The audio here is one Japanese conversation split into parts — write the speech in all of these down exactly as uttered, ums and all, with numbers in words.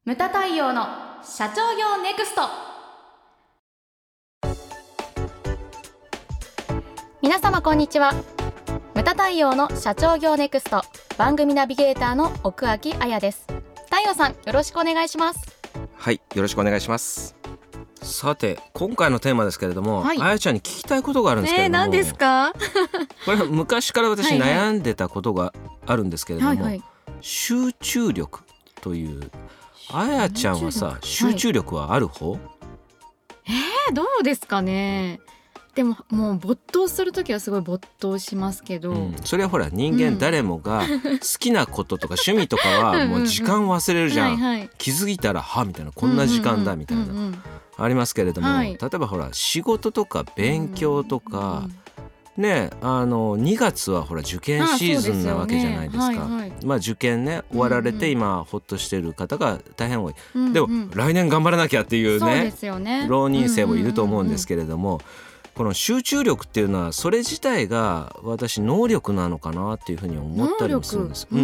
ムタ太陽の社長業ネクスト。皆様こんにちは。ムタ太陽の社長業ネクスト番組ナビゲーターの奥脇彩です。太陽さん、よろしくお願いします。 はい、よろしくお願いします。さて、今回のテーマですけれども、はい、あやちゃんに聞きたいことがあるんですけれども、 ね、何ですか？ これは昔から私悩んでたことがあるんですけれども、はいはい、集中力という、あやちゃんはさ、集中力はある方？はい、 えー、どうですかね。でももう没頭するときはすごい没頭しますけど、うん、 それはほら人間誰もが好きなこととか趣味とかはもう時間忘れるじゃん。はいはい、気づいたらはみたいな、こんな時間だみたいな、うんうんうん、ありますけれども、はい、例えばほら仕事とか勉強とか、うん、ね、あのにがつはほら受験シーズンなわけじゃないですか。ああ、そうですよね。はいはい、まあ、受験ね終わられて今ホッとしてる方が大変多い、うんうん、でも来年頑張らなきゃっていう ね, そうですよね、浪人生もいると思うんですけれども、うんうんうんうん、この集中力っていうのはそれ自体が私能力なのかなっていうふうに思ったりもするんです。うん、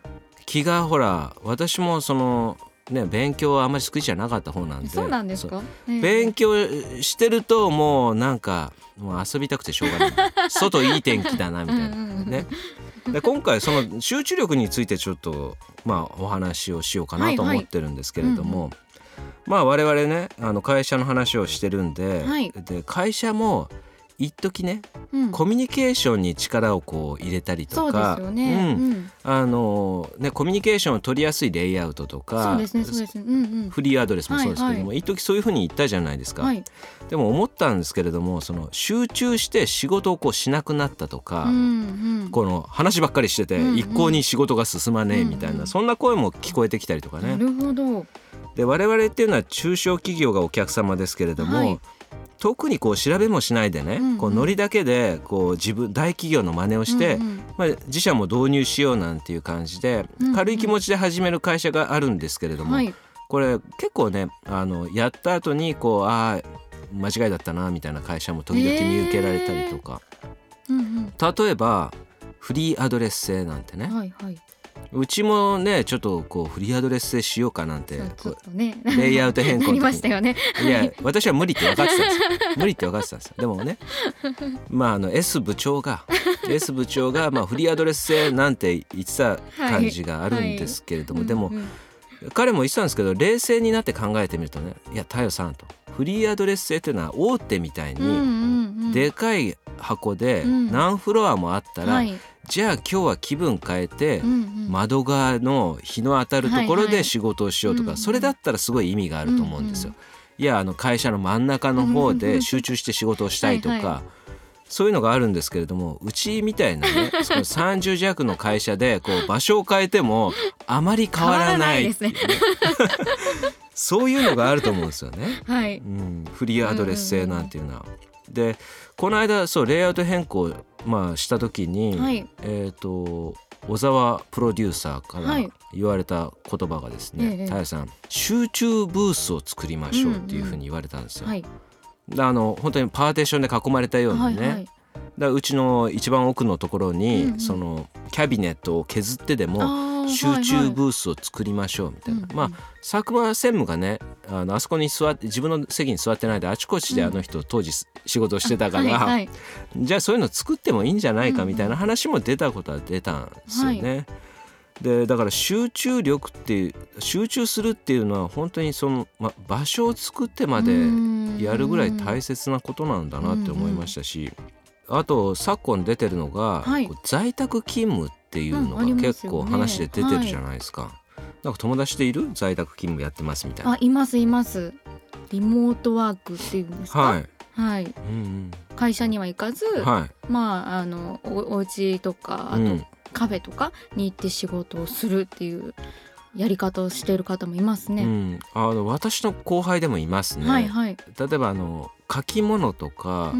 気がほら私もそのね、勉強はあんまり得意じゃなかった方なんで。 そうなんですか？えー、 勉強してるともうなんかもう遊びたくてしょうがない外いい天気だなみたいなね。で今回その集中力についてちょっとまあお話をしようかなと思ってるんですけれども、はいはい、まあ我々ねあの会社の話をしてるんで、はい、で会社も一時ね、うん、コミュニケーションに力をこう入れたりとか、そうですよね、うんうん、あのね、コミュニケーションを取りやすいレイアウトとか、そうですね、そうですね、うんうん、フリーアドレスもそうですけども、はいはい、一時そういうふうに言ったじゃないですか、はい、でも思ったんですけれども、その集中して仕事をこうしなくなったとか、うんうん、この話ばっかりしてて、うんうん、一向に仕事が進まねえみたいな、うんうん、そんな声も聞こえてきたりとかね。 なるほど。 で我々っていうのは中小企業がお客様ですけれども、はい、特にこう調べもしないでね、うんうん、こうノリだけでこう自分大企業の真似をして、うんうん、まあ、自社も導入しようなんていう感じで、うんうん、軽い気持ちで始める会社があるんですけれども、はい、これ結構ねあのやった後にこうあ間違いだったなみたいな会社も時々見受けられたりとか、えーうんうん、例えばフリーアドレス制なんてね、はいはい、うちもねちょっとこうフリーアドレス制しようかなんてこう、ね、レイアウト変更ありましたよね。 いや私は無理って分かってたんですよ無理って分かってたんですよ。でもね、まあ、あの S 部長が S 部長がまあフリーアドレス制なんて言ってた感じがあるんですけれども、はいはい、でも、うんうん、彼も言ってたんですけど、冷静になって考えてみるとね、いや太陽さんとフリーアドレス制っていうのは大手みたいにでかい箱で何フロアもあったら、うんはい、じゃあ今日は気分変えて窓側の日の当たるところで仕事をしようとか、それだったらすごい意味があると思うんですよ。いやあの会社の真ん中の方で集中して仕事をしたいとか、そういうのがあるんですけれども、うちみたいなねそのさんじゅう弱の会社でこう場所を変えてもあまり変わらないですねそういうのがあると思うんですよね、はい、うん、フリーアドレス制なんていうのは。でこの間そうレイアウト変更、まあ、した時に、はい、えーと小沢プロデューサーから言われた言葉がですね、はい、太陽さん集中ブースを作りましょうっていうふうに言われたんですよ、うんうん、はい、あの本当にパーテーションで囲まれたようにね、はいはい、だうちの一番奥のところに、うんうん、そのキャビネットを削ってでも集中ブースを作りましょうみたいな、はいはい、まあ佐久間専務がね あのあそこに座って自分の席に座ってないであちこちであの人当時仕事をしてたから、うんはいはい、じゃあそういうの作ってもいいんじゃないかみたいな話も出たことは出たんですよね、はい、でだから集中力っていう集中するっていうのは本当にその、ま、場所を作ってまでやるぐらい大切なことなんだなって思いましたし、あと昨今出てるのが、はい、在宅勤務っていうのが結構話で出てるじゃないですか、うんありますよね、はい、なんか友達でいる在宅勤務やってますみたいな。 あ、いますいます。リモートワークっていうんですか、はい、はい、うんうん、会社には行かず、はい、まああの お, お家とかあと、うん、カフェとかに行って仕事をするっていうやり方をしている方もいますね、うん、 あの私の後輩でもいますね、はいはい、例えばあの書き物とか、うん、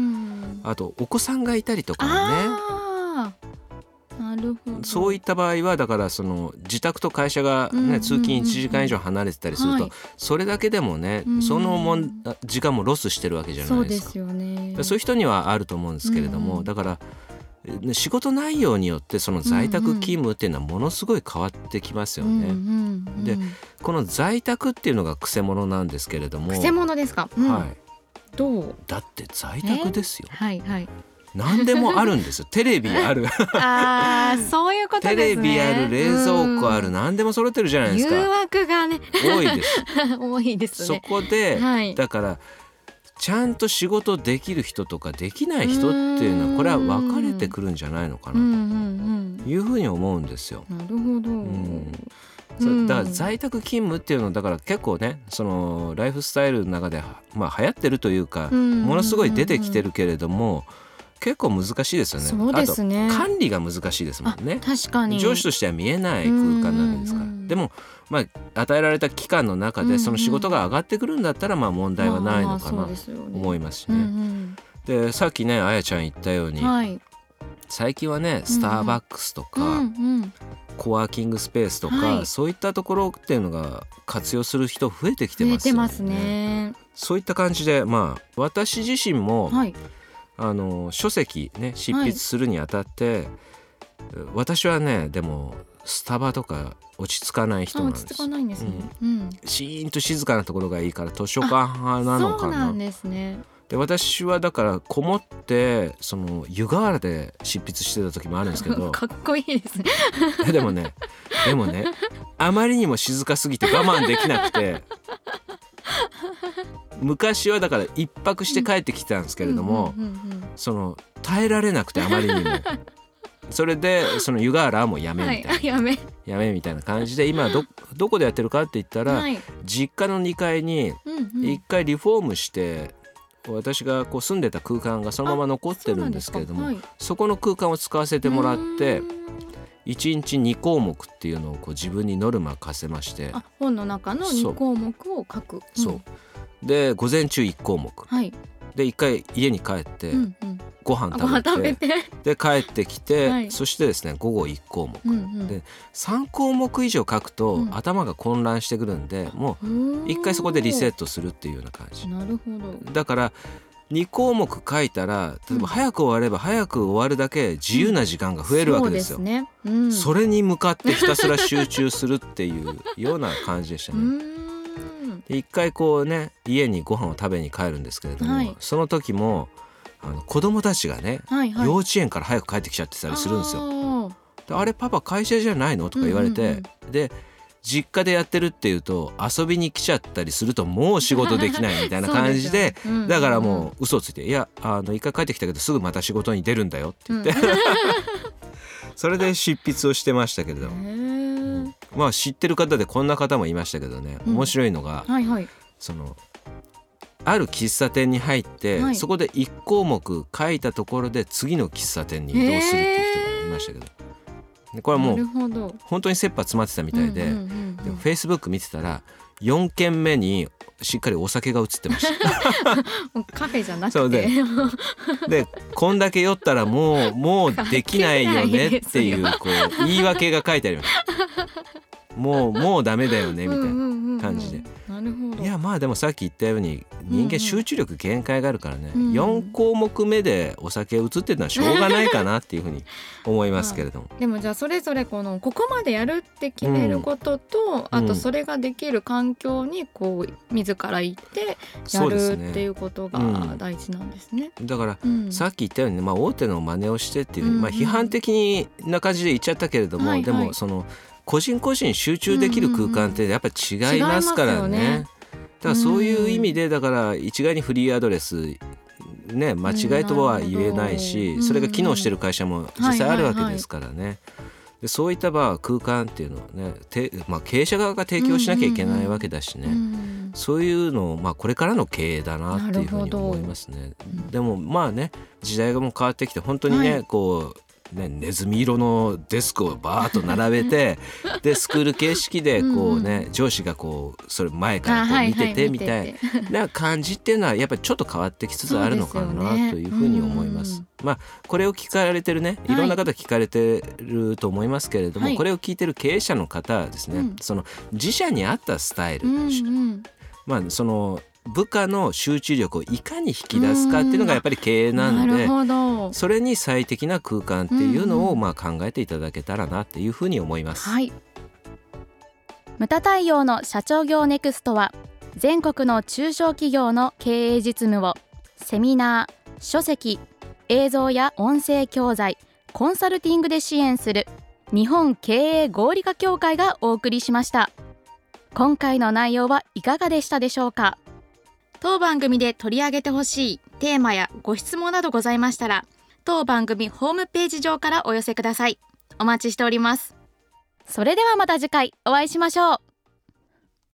あとお子さんがいたりとかね、あなるほど、そういった場合はだからその自宅と会社が、ねうんうんうん、通勤いちじかん以上離れてたりすると、はい、それだけでもね、うんうん、そのもん時間もロスしてるわけじゃないですか。そうですよね。そういう人にはあると思うんですけれども、うんうん、だから仕事内容によってその在宅勤務っていうのはものすごい変わってきますよね、うんうんうん、でこの在宅っていうのがくせ者なんですけれども。 くせ者ですか、うん、 はい、 どう。 だって在宅ですよ、 はいはい、 何でもあるんですよ。テレビあるあーそういうことですね。 テレビある、冷蔵庫ある、うん、何でも揃ってるじゃないですか。 誘惑がね多いです多いですね。 そこで、 はい、 だからちゃんと仕事できる人とかできない人っていうのはこれは分かれてくるんじゃないのかなというふうに思うんですよ。 なるほど、 うんそうだから在宅勤務っていうのはだから結構ねそのライフスタイルの中で、まあ、流行ってるというかものすごい出てきてるけれども結構難しいですよね。 そうですね。 あと管理が難しいですもんね。 確かに上司としては見えない空間なわけですから。でも、まあ、与えられた期間の中でその仕事が上がってくるんだったらまあ問題はないのかなと思いますしね。うんうん、でさっきねあやちゃん言ったように、はい、最近はねスターバックスとか、うんうん、コワーキングスペースとか、はい、そういったところっていうのが活用する人増えてきてますよね。増えてますね。そういった感じで、まあ、私自身も、はい、あの書籍ね執筆するにあたって、はい、私はねでもスタバとか落ち着かない人なんです。落ち着かないんですね、うんうん、シーンと静かなところがいいから図書館派なのかな。そうなんですね。で私はだからこもってその湯河原で執筆してた時もあるんですけどかっこいいですねでもねでもねあまりにも静かすぎて我慢できなくて昔はだから一泊して帰ってきたんですけれども、その耐えられなくてあまりにもそれでその湯河原はもうやめみたいな、はい、やめやめみたいな感じで今 ど, どこでやってるかって言ったら、はい、実家のにかいにいっかいリフォームして私がこう住んでた空間がそのまま残ってるんですけれども そ, はい、そこの空間を使わせてもらっていちにちに項目っていうのをこう自分にノルマ課せまして、 あ本の中のに項目を書く。 そう、うん、で午前中いち項目、はい、でいっかい家に帰って、うんうん、ご飯食べ て, 食べてで帰ってきて、はい、そしてですね午後いち項目、うんうん、でさん項目以上書くと、うん、頭が混乱してくるんでもういっかいそこでリセットするっていうような感じ。 なるほど。 だからに項目書いたら例えば早く終われば早く終わるだけ自由な時間が増えるわけですよ、うん そうですねうん、それに向かってひたすら集中するっていうような感じでしたね。で一回こうね家にご飯を食べに帰るんですけれども、はい、その時もあの子供たちがね、はいはい、幼稚園から早く帰ってきちゃってたりするんですよ。であれパパ会社じゃないのとか言われて、うんうんうん、で実家でやってるっていうと遊びに来ちゃったりするともう仕事できないみたいな感じでうんうんうん、だからもう嘘ついていやあの一回帰ってきたけどすぐまた仕事に出るんだよって言って、うん、それで執筆をしてましたけれども、うん、まあ知ってる方でこんな方もいましたけどね、面白いのが、うんはいはい、そのある喫茶店に入って、はい、そこでいち項目書いたところで次の喫茶店に移動するっていう人がいましたけど、でこれはもう本当に切羽詰まってたみたいで、うんうんうんうん、でも Facebook 見てたらよんけんめにしっかりお酒が映ってましたもうカフェじゃなくてそうででこんだけ酔ったらもうもうできないよねっていうこう言い訳が書いてありましたもうもうダメだよねみたいな感じで、 なるほど。 いやまあでもさっき言ったように人間集中力限界があるからね、うんうん、よん項目目でお酒映ってるのはしょうがないかなっていうふうに思いますけれどもでもじゃあそれぞれこのここまでやるって決めることと、うん、あとそれができる環境にこう自ら行ってやるっていうことが大事なんですね。 だから、うん、さっき言ったように、ねまあ、大手の真似をしてっていう、うんうんまあ、批判的な感じで言っちゃったけれども、はいはい、でもその個人個人集中できる空間ってやっぱり違いますからね、うんうん、ねだからそういう意味でだから一概にフリーアドレスね間違いとは言えないし、うん、それが機能してる会社も実際あるわけですからね、はいはいはい、でそういった場空間っていうのをねて、まあ、経営者側が提供しなきゃいけないわけだしね、うんうんうん、そういうのを、まあ、これからの経営だなっていうふうに思いますね。でもまあね時代がもう変わってきて本当にね、はい、こうね、ネズミ色のデスクをバーッと並べてでスクール形式でこう、ねうん、上司がこうそれ前からこう見ててみたいな感じっていうのはやっぱりちょっと変わってきつつあるのかなというふうに思います。まあこれを聞かれてるねいろんな方聞かれてると思いますけれども、はい、これを聞いてる経営者の方はですね、うん、その自社に合ったスタイル、うんうん、まあその部下の集中力をいかに引き出すかっていうのがやっぱり経営なので、それに最適な空間っていうのをまあ考えていただけたらなっていうふうに思います。 はい、 ムタ太陽の社長業ネクストは全国の中小企業の経営実務をセミナー、書籍、映像や音声教材、コンサルティングで支援する日本経営合理化協会がお送りしました。今回の内容はいかがでしたでしょうか。当番組で取り上げてほしいテーマやご質問などございましたら、当番組ホームページ上からお寄せください。お待ちしております。それではまた次回お会いしましょう。